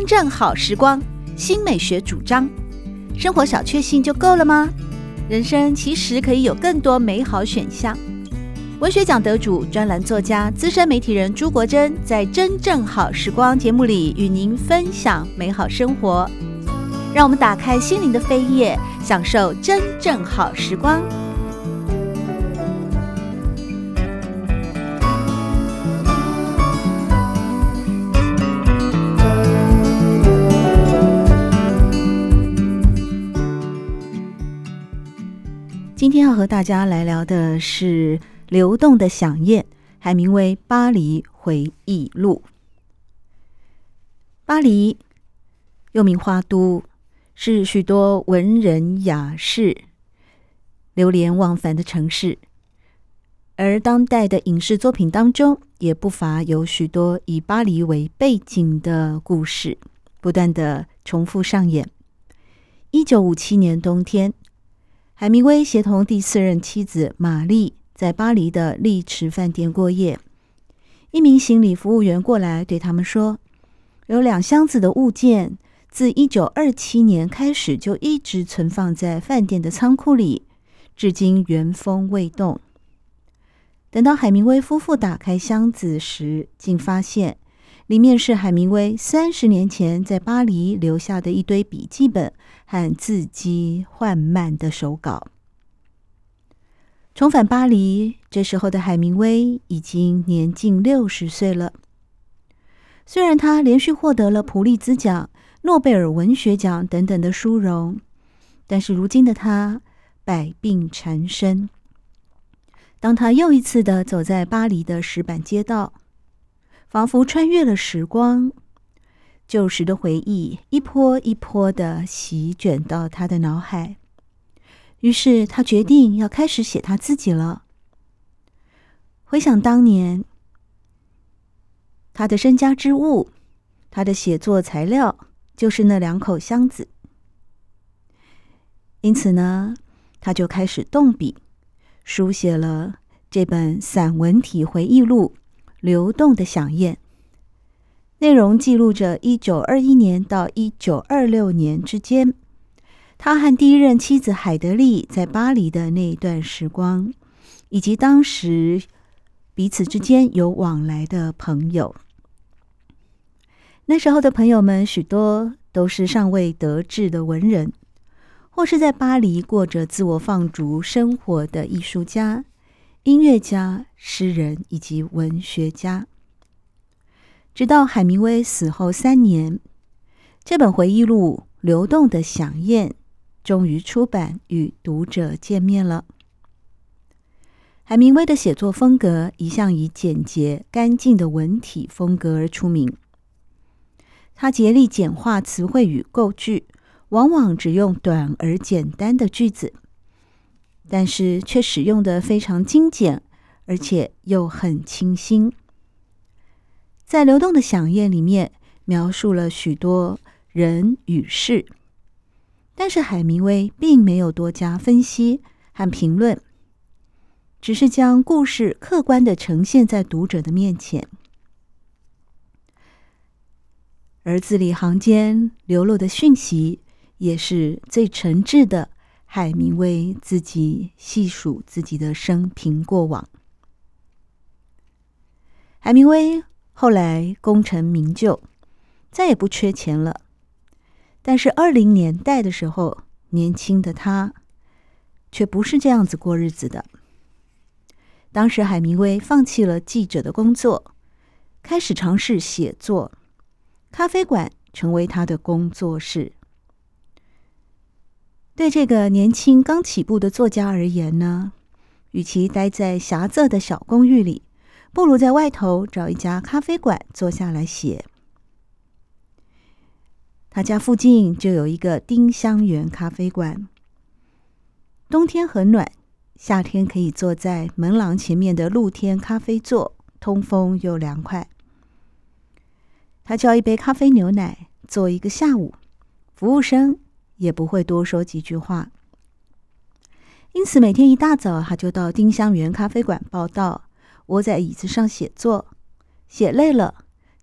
正好时光，新美学主张。生活小确幸就够了吗？人生其实可以有更多美好选项。文学奖得主、专栏作家、资深媒体人朱国珍在《真正好时光》节目里与您分享美好生活。让我们打开心灵的扉页，享受真正好时光。今天要和大家来聊的是流动的响宴，海明威《巴黎回忆录》。巴黎又名花都，是许多文人雅士流连忘返的城市，而当代的影视作品当中也不乏有许多以巴黎为背景的故事不断的重复上演。1957年冬天，海明威协同第4任妻子玛丽在巴黎的丽池饭店过夜。一名行李服务员过来对他们说，有2箱子的物件自1927年开始就一直存放在饭店的仓库里，至今原封未动。等到海明威夫妇打开箱子时，竟发现里面是海明威30年前在巴黎留下的一堆笔记本和字迹缓慢的手稿。重返巴黎，这时候的海明威已经年近60岁了。虽然他连续获得了普利兹奖、诺贝尔文学奖等等的殊荣，但是如今的他百病缠身。当他又一次的走在巴黎的石板街道，仿佛穿越了时光，旧时的回忆一波一波的席卷到他的脑海。于是他决定要开始写他自己了。回想当年，他的身家之物，他的写作材料就是那2口箱子。因此呢，他就开始动笔，书写了这本散文体回忆录《流动的响宴》。内容记录着1921年到1926年之间，他和第1任妻子海德利在巴黎的那一段时光，以及当时彼此之间有往来的朋友。那时候的朋友们许多都是尚未得志的文人，或是在巴黎过着自我放逐生活的艺术家、音乐家、诗人以及文学家。直到海明威死后3年，这本回忆录《流动的响宴》终于出版，与读者见面了。海明威的写作风格一向以简洁干净的文体风格而出名。他竭力简化词汇与构句，往往只用短而简单的句子，但是却使用得非常精简，而且又很清新。在《流动的响宴》里面描述了许多人与事，但是海明威并没有多加分析和评论，只是将故事客观地呈现在读者的面前。而字里行间流露的讯息，也是最诚挚的海明威自己细数自己的生平过往。海明威后来功成名就，再也不缺钱了。但是20年代的时候，年轻的他却不是这样子过日子的。当时海明威放弃了记者的工作，开始尝试写作，咖啡馆成为他的工作室。对这个年轻刚起步的作家而言呢，与其待在狭窄的小公寓里，不如在外头找一家咖啡馆坐下来写。他家附近就有一个丁香园咖啡馆，冬天很暖，夏天可以坐在门廊前面的露天咖啡座，通风又凉快。他叫一杯咖啡牛奶，坐1个下午，服务生也不会多说几句话。因此每天一大早，他就到丁香园咖啡馆报到，窝在椅子上写作，写累了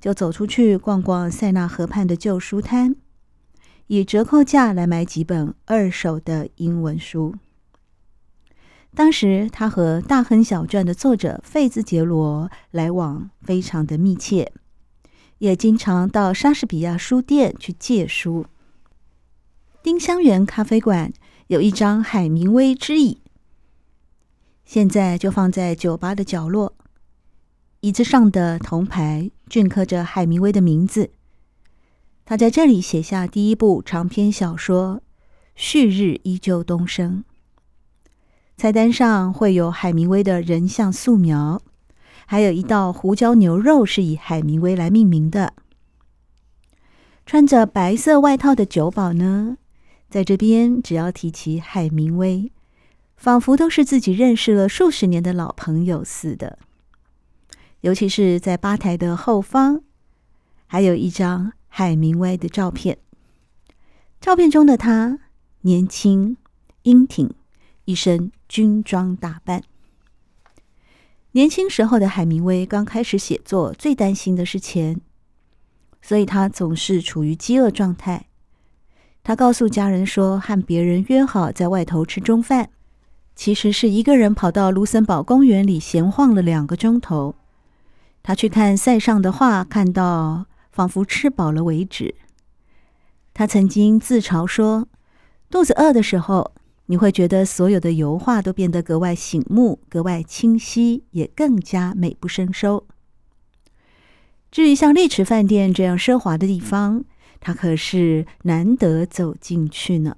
就走出去逛逛塞纳河畔的旧书摊，以折扣价来买几本二手的英文书。当时他和《大亨小传》的作者费兹杰罗来往非常的密切，也经常到莎士比亚书店去借书。丁香园咖啡馆有一张海明威之椅，现在就放在酒吧的角落。椅子上的铜牌镌刻着海明威的名字，他在这里写下第一部长篇小说《旭日依旧东升》。菜单上会有海明威的人像素描，还有一道胡椒牛肉是以海明威来命名的。穿着白色外套的酒保呢，在这边只要提起海明威，仿佛都是自己认识了数十年的老朋友似的。尤其是在吧台的后方，还有一张海明威的照片。照片中的他年轻英挺，一身军装打扮。年轻时候的海明威刚开始写作，最担心的是钱，所以他总是处于饥饿状态。他告诉家人说，和别人约好在外头吃中饭，其实是一个人跑到卢森堡公园里闲晃了2个钟头。他去看塞尚的画，看到仿佛吃饱了为止。他曾经自嘲说，肚子饿的时候，你会觉得所有的油画都变得格外醒目，格外清晰，也更加美不胜收。至于像丽池饭店这样奢华的地方，他可是难得走进去呢。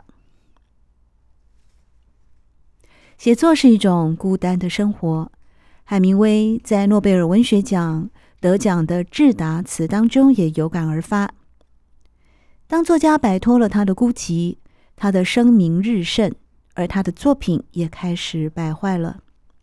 写作是一种孤单的生活。海明威在诺贝尔文学奖得奖的致答词当中也有感而发。当作家摆脱了他的孤寂，他的声名日盛，而他的作品也开始败坏了。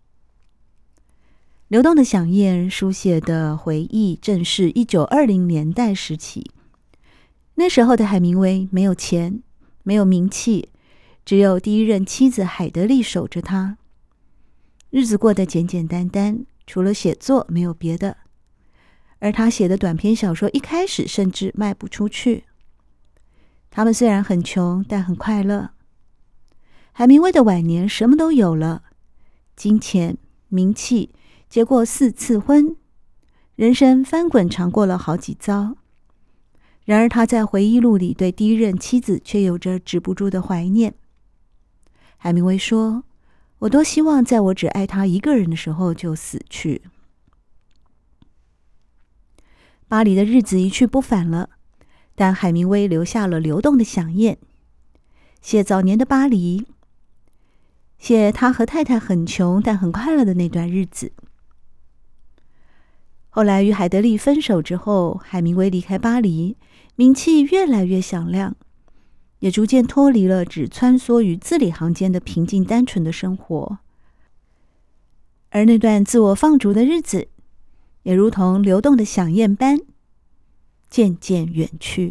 流动的响宴书写的回忆正是1920年代时期。那时候的海明威没有钱，没有名气，只有第一任妻子海德利守着他。日子过得简简单单，除了写作没有别的。而他写的短篇小说一开始甚至卖不出去。他们虽然很穷，但很快乐。海明威的晚年什么都有了，金钱、名气，结过4次婚，人生翻滚尝过了好几遭。然而他在回忆录里对第一任妻子却有着止不住的怀念。海明威说，我多希望在我只爱他一个人的时候就死去。巴黎的日子一去不返了，但海明威留下了流动的响宴，写早年的巴黎，写他和太太很穷但很快乐的那段日子。后来与海德利分手之后，海明威离开巴黎，名气越来越响亮，也逐渐脱离了只穿梭于字里行间的平静单纯的生活。而那段自我放逐的日子，也如同流动的响宴般，渐渐远去。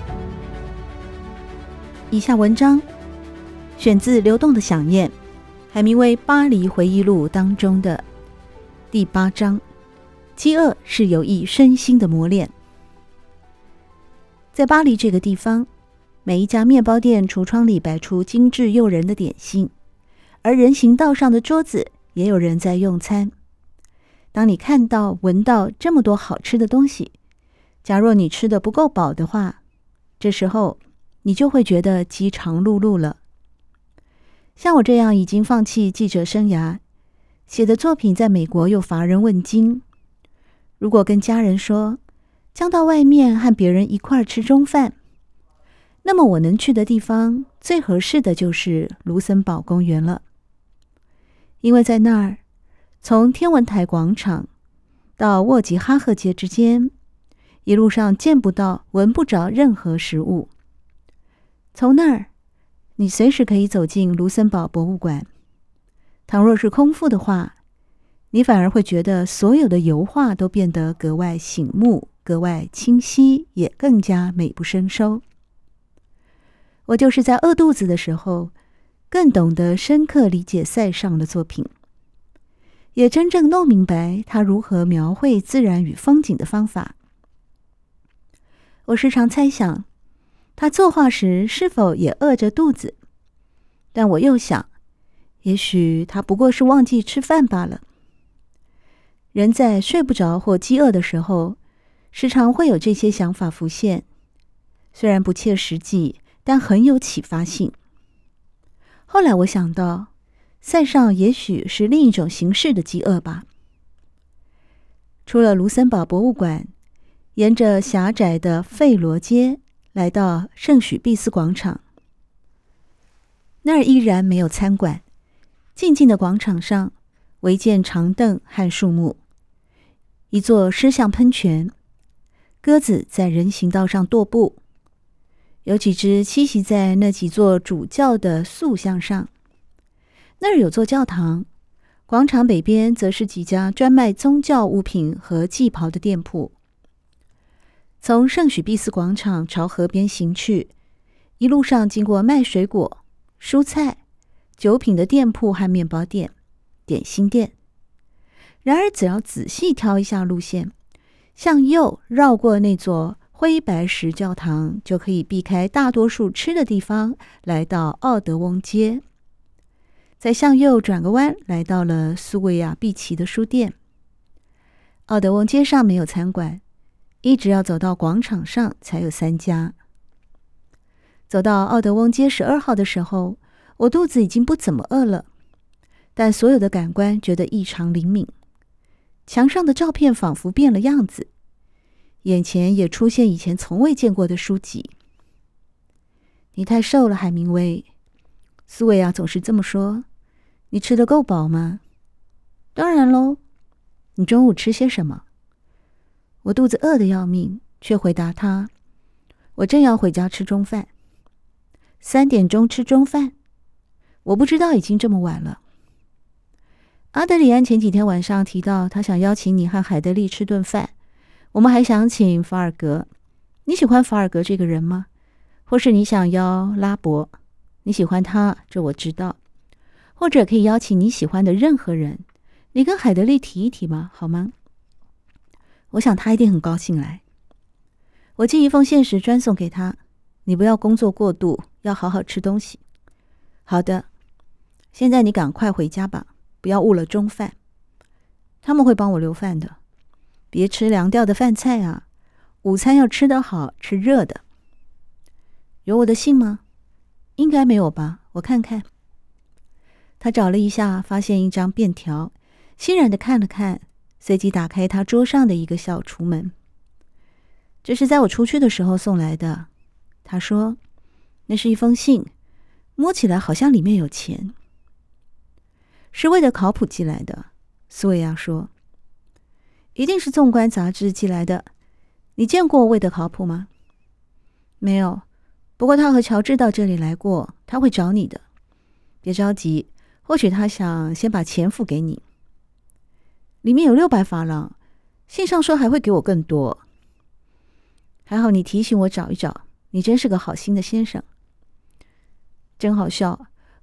以下文章选自《流动的响宴》， 海明威《巴黎回忆录》当中的第8章，饥饿是有益身心的磨练。在巴黎这个地方，每一家面包店橱窗里摆出精致诱人的点心，而人行道上的桌子也有人在用餐。当你看到、闻到这么多好吃的东西，假若你吃得不够饱的话，这时候你就会觉得饥肠辘辘了。像我这样已经放弃记者生涯，写的作品在美国又乏人问津，如果跟家人说将到外面和别人一块吃中饭，那么我能去的地方最合适的就是卢森堡公园了。因为在那儿，从天文台广场到沃吉哈赫街之间，一路上见不到、闻不着任何食物。从那儿，你随时可以走进卢森堡博物馆。倘若是空腹的话，你反而会觉得所有的油画都变得格外醒目、格外清晰，也更加美不胜收。我就是在饿肚子的时候，更懂得深刻理解塞尚的作品，也真正弄明白他如何描绘自然与风景的方法。我时常猜想，他作画时是否也饿着肚子？但我又想，也许他不过是忘记吃饭罢了。人在睡不着或饥饿的时候，时常会有这些想法浮现，虽然不切实际，但很有启发性。后来我想到，塞尚也许是另一种形式的饥饿吧。出了卢森堡博物馆，沿着狭窄的费罗街来到圣许毕斯广场，那儿依然没有餐馆，静静的广场上围建长凳和树木，一座狮象喷泉，鸽子在人行道上踱步，有几只栖息在那几座主教的塑像上。那儿有座教堂，广场北边则是几家专卖宗教物品和祭袍的店铺。从圣许毕斯广场朝河边行去，一路上经过卖水果、蔬菜、酒品的店铺和面包店、点心店。然而只要仔细挑一下路线，向右绕过那座灰白石教堂，就可以避开大多数吃的地方，来到奥德翁街。再向右转个弯，来到了苏维亚碧奇的书店。奥德翁街上没有餐馆，一直要走到广场上才有3家。走到奥德翁街12号的时候，我肚子已经不怎么饿了，但所有的感官觉得异常灵敏。墙上的照片仿佛变了样子，眼前也出现以前从未见过的书籍。你太瘦了，海明威。苏维亚总是这么说。你吃得够饱吗？当然喽。你中午吃些什么？我肚子饿得要命，却回答他，我正要回家吃中饭。3点钟吃中饭？我不知道已经这么晚了。阿德里安前几天晚上提到，他想邀请你和海德利吃顿饭。我们还想请法尔格。你喜欢法尔格这个人吗？或是你想邀拉伯？你喜欢他，这我知道。或者可以邀请你喜欢的任何人。你跟海德利提一提吧，好吗？我想他一定很高兴来。我寄一封信时专送给他。你不要工作过度，要好好吃东西。好的，现在你赶快回家吧，不要误了中饭。他们会帮我留饭的。别吃凉掉的饭菜啊，午餐要吃得好，吃热的。有我的信吗？应该没有吧，我看看。他找了一下，发现一张便条，欣然地看了看，随即打开他桌上的一个小橱门。这是在我出去的时候送来的。他说，那是一封信，摸起来好像里面有钱。是为了考普寄来的，苏维亚说。一定是纵观杂志寄来的。你见过魏德考普吗？没有，不过他和乔治到这里来过，他会找你的。别着急，或许他想先把钱付给你。里面有600法郎，信上说还会给我更多。还好你提醒我找一找，你真是个好心的先生。真好笑，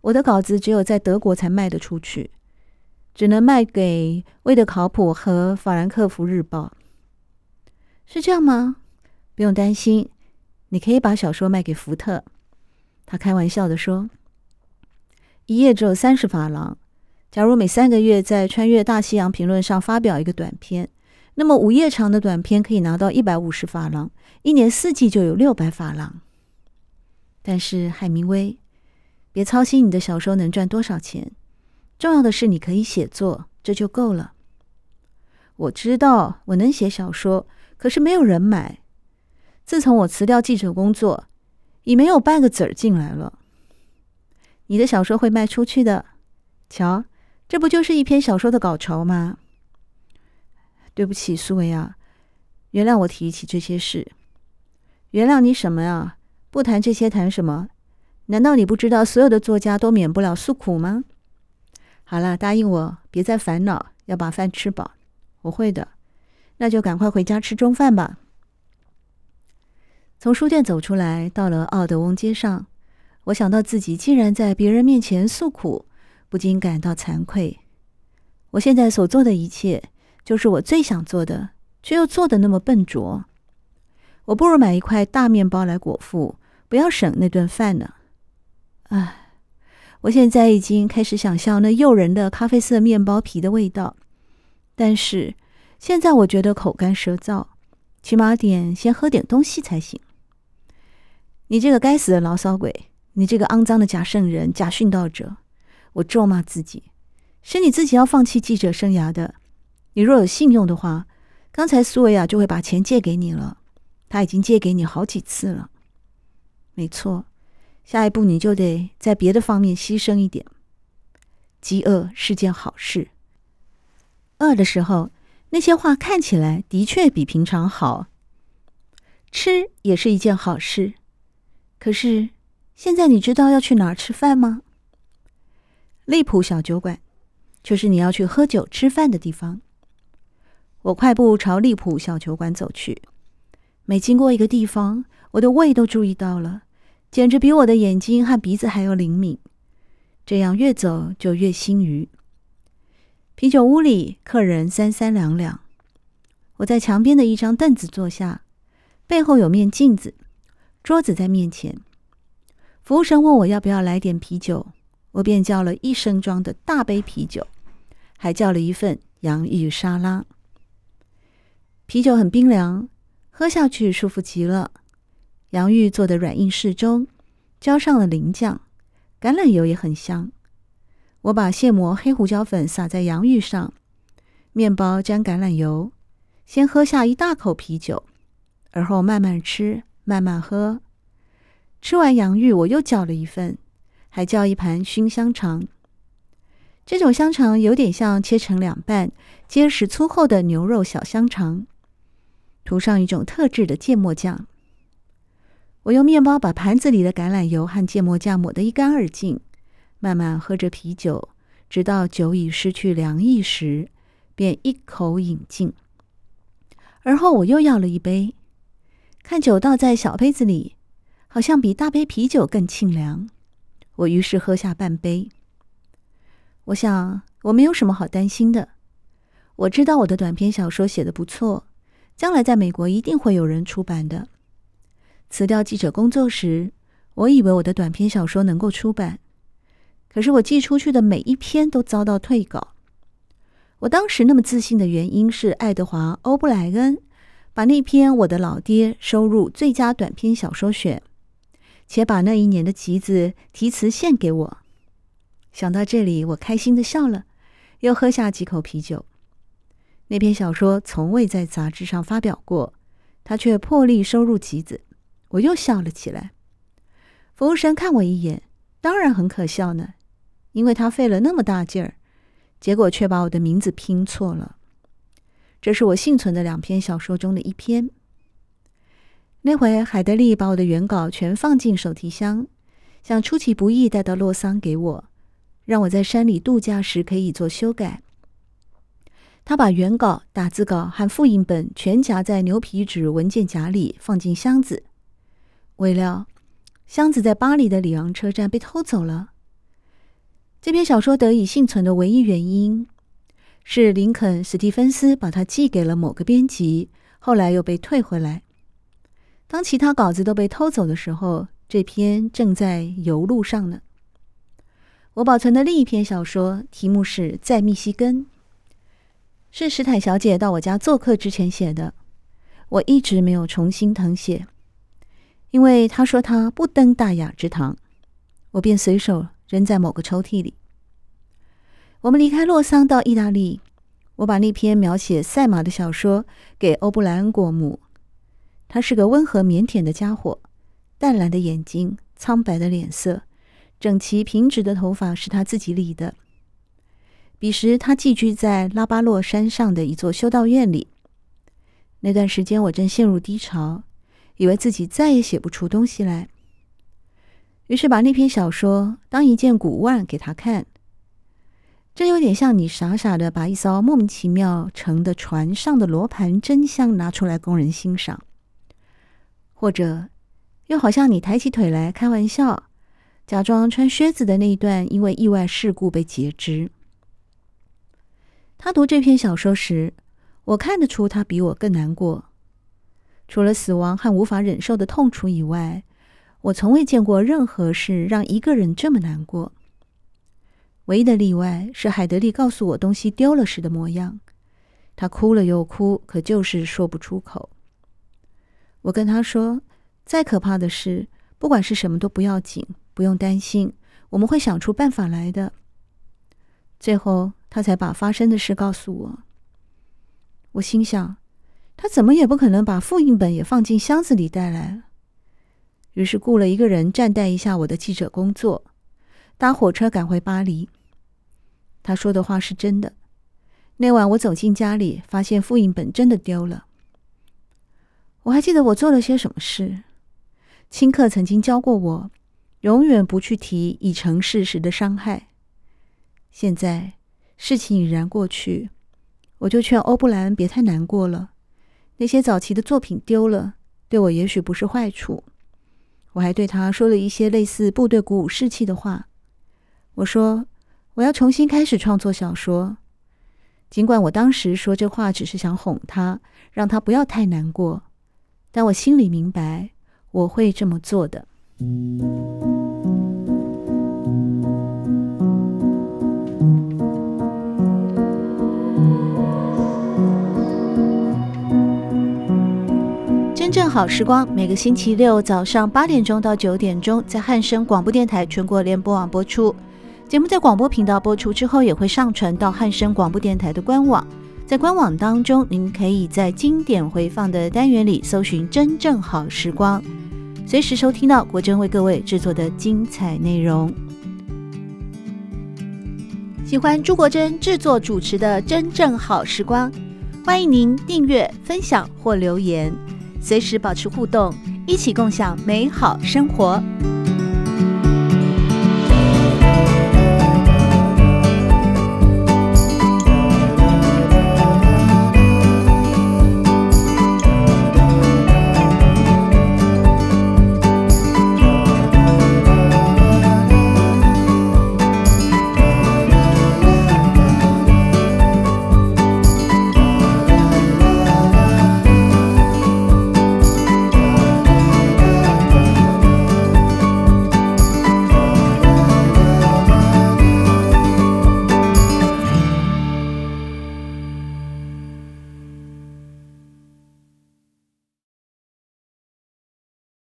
我的稿子只有在德国才卖得出去，只能卖给魏德考普和法兰克福日报。是这样吗？不用担心，你可以把小说卖给福特。他开玩笑地说，一页只有30法郎。假如每3个月在穿越大西洋评论上发表一个短篇，那么5页长的短篇可以拿到150法郎，1年4季就有600法郎。但是海明威，别操心你的小说能赚多少钱，重要的是你可以写作，这就够了。我知道我能写小说，可是没有人买。自从我辞掉记者工作，已没有半个子儿进来了。你的小说会卖出去的，瞧，这不就是一篇小说的稿酬吗？对不起，苏维亚，原谅我提起这些事。原谅你什么啊？不谈这些谈什么？难道你不知道所有的作家都免不了诉苦吗？好了，答应我，别再烦恼，要把饭吃饱。我会的，那就赶快回家吃中饭吧。从书店走出来，到了奥德翁街上，我想到自己竟然在别人面前诉苦，不禁感到惭愧。我现在所做的一切，就是我最想做的，却又做得那么笨拙。我不如买一块大面包来果腹，不要省那顿饭呢。唉，我现在已经开始想象那诱人的咖啡色面包皮的味道，但是现在我觉得口干舌燥，起码先喝点东西才行。你这个该死的牢骚鬼，你这个肮脏的假圣人、假殉道者，我咒骂自己，是你自己要放弃记者生涯的。你若有信用的话，刚才苏维亚就会把钱借给你了，他已经借给你好几次了。没错，下一步你就得在别的方面牺牲一点。饥饿是件好事，饿的时候，那些话看起来的确比平常好。吃也是一件好事，可是现在你知道要去哪儿吃饭吗？利普小酒馆，就是你要去喝酒吃饭的地方。我快步朝利普小酒馆走去，每经过一个地方，我的胃都注意到了，简直比我的眼睛和鼻子还要灵敏。这样越走就越心愉。啤酒屋里客人3两两。我在墙边的一张凳子坐下，背后有面镜子，桌子在面前。服务生问我要不要来点啤酒，我便叫了1升装的大杯啤酒，还叫了一份洋芋沙拉。啤酒很冰凉，喝下去舒服极了。洋芋做得软硬适中，浇上了淋酱，橄榄油也很香。我把现磨黑胡椒粉撒在洋芋上，面包沾橄榄油，先喝下一大口啤酒，而后慢慢吃，慢慢喝。吃完洋芋，我又叫了一份，还叫一盘熏香肠。这种香肠有点像切成2半、结实粗厚的牛肉小香肠，涂上一种特制的芥末酱。我用面包把盘子里的橄榄油和芥末酱抹得一干二净，慢慢喝着啤酒，直到酒已失去凉意时，便一口饮尽。而后我又要了一杯，看酒倒在小杯子里，好像比大杯啤酒更沁凉。我于是喝下半杯。我想我没有什么好担心的。我知道我的短篇小说写得不错，将来在美国一定会有人出版的。辞掉记者工作时，我以为我的短篇小说能够出版，可是我寄出去的每一篇都遭到退稿。我当时那么自信的原因是爱德华·欧布莱恩把那篇我的老爹收入最佳短篇小说选，且把那一年的集子题词献给我。想到这里，我开心地笑了，又喝下几口啤酒。那篇小说从未在杂志上发表过，他却破例收入集子，我又笑了起来。服务生看我一眼，当然很可笑呢，因为他费了那么大劲儿，结果却把我的名字拼错了。这是我幸存的2篇小说中的一篇。那回海德利把我的原稿全放进手提箱，想出其不意带到洛桑给我，让我在山里度假时可以做修改。他把原稿、打字稿和复印本全夹在牛皮纸文件夹里，放进箱子。未料箱子在巴黎的里昂车站被偷走了。 这篇小说得以幸存的唯一原因是林肯·史蒂芬斯把它寄给了某个编辑，后来又被退回来。当其他稿子都被偷走的时候，这篇正在邮路上呢。我保存的另一篇小说题目是《在密西根》，是史坦小姐到我家做客之前写的。我一直没有重新誊写，因为她说她不登大雅之堂，我便随手扔在某个抽屉里。我们离开洛桑到意大利，我把那篇描写赛马的小说给欧布莱恩过目。他是个温和腼腆的家伙，淡蓝的眼睛，苍白的脸色，整齐平直的头发是他自己理的。彼时他寄居在拉巴洛山上的一座修道院里。那段时间我正陷入低潮，以为自己再也写不出东西来，于是把那篇小说当一件古玩给他看。这有点像你傻傻的把一艘莫名其妙乘的船上的罗盘真相拿出来供人欣赏，或者又好像你抬起腿来开玩笑，假装穿靴子的那一段因为意外事故被截肢。他读这篇小说时，我看得出他比我更难过。除了死亡和无法忍受的痛楚以外，我从未见过任何事让一个人这么难过。唯一的例外是海德利告诉我东西丢了时的模样，他哭了又哭，可就是说不出口。我跟他说，再可怕的事，不管是什么都不要紧，不用担心，我们会想出办法来的。最后他才把发生的事告诉我。我心想，他怎么也不可能把复印本也放进箱子里带来。于是雇了一个人暂代一下我的记者工作，搭火车赶回巴黎。他说的话是真的。那晚我走进家里，发现复印本真的丢了。我还记得我做了些什么事。钦克曾经教过我，永远不去提已成事实的伤害。现在事情已然过去，我就劝欧布莱恩别太难过了。那些早期的作品丢了，对我也许不是坏处。我还对他说了一些类似部队鼓舞士气的话。我说，我要重新开始创作小说。尽管我当时说这话只是想哄他，让他不要太难过，但我心里明白，我会这么做的。真正好时光，每个星期六早上8点钟到9点钟，在汉声广播电台全国联播网播出。节目在广播频道播出之后，也会上传到汉声广播电台的官网。在官网当中，您可以在经典回放的单元里搜寻真正好时光，随时收听到国珍为各位制作的精彩内容。喜欢朱国珍制作主持的真正好时光，欢迎您订阅、分享或留言，随时保持互动，一起共享美好生活。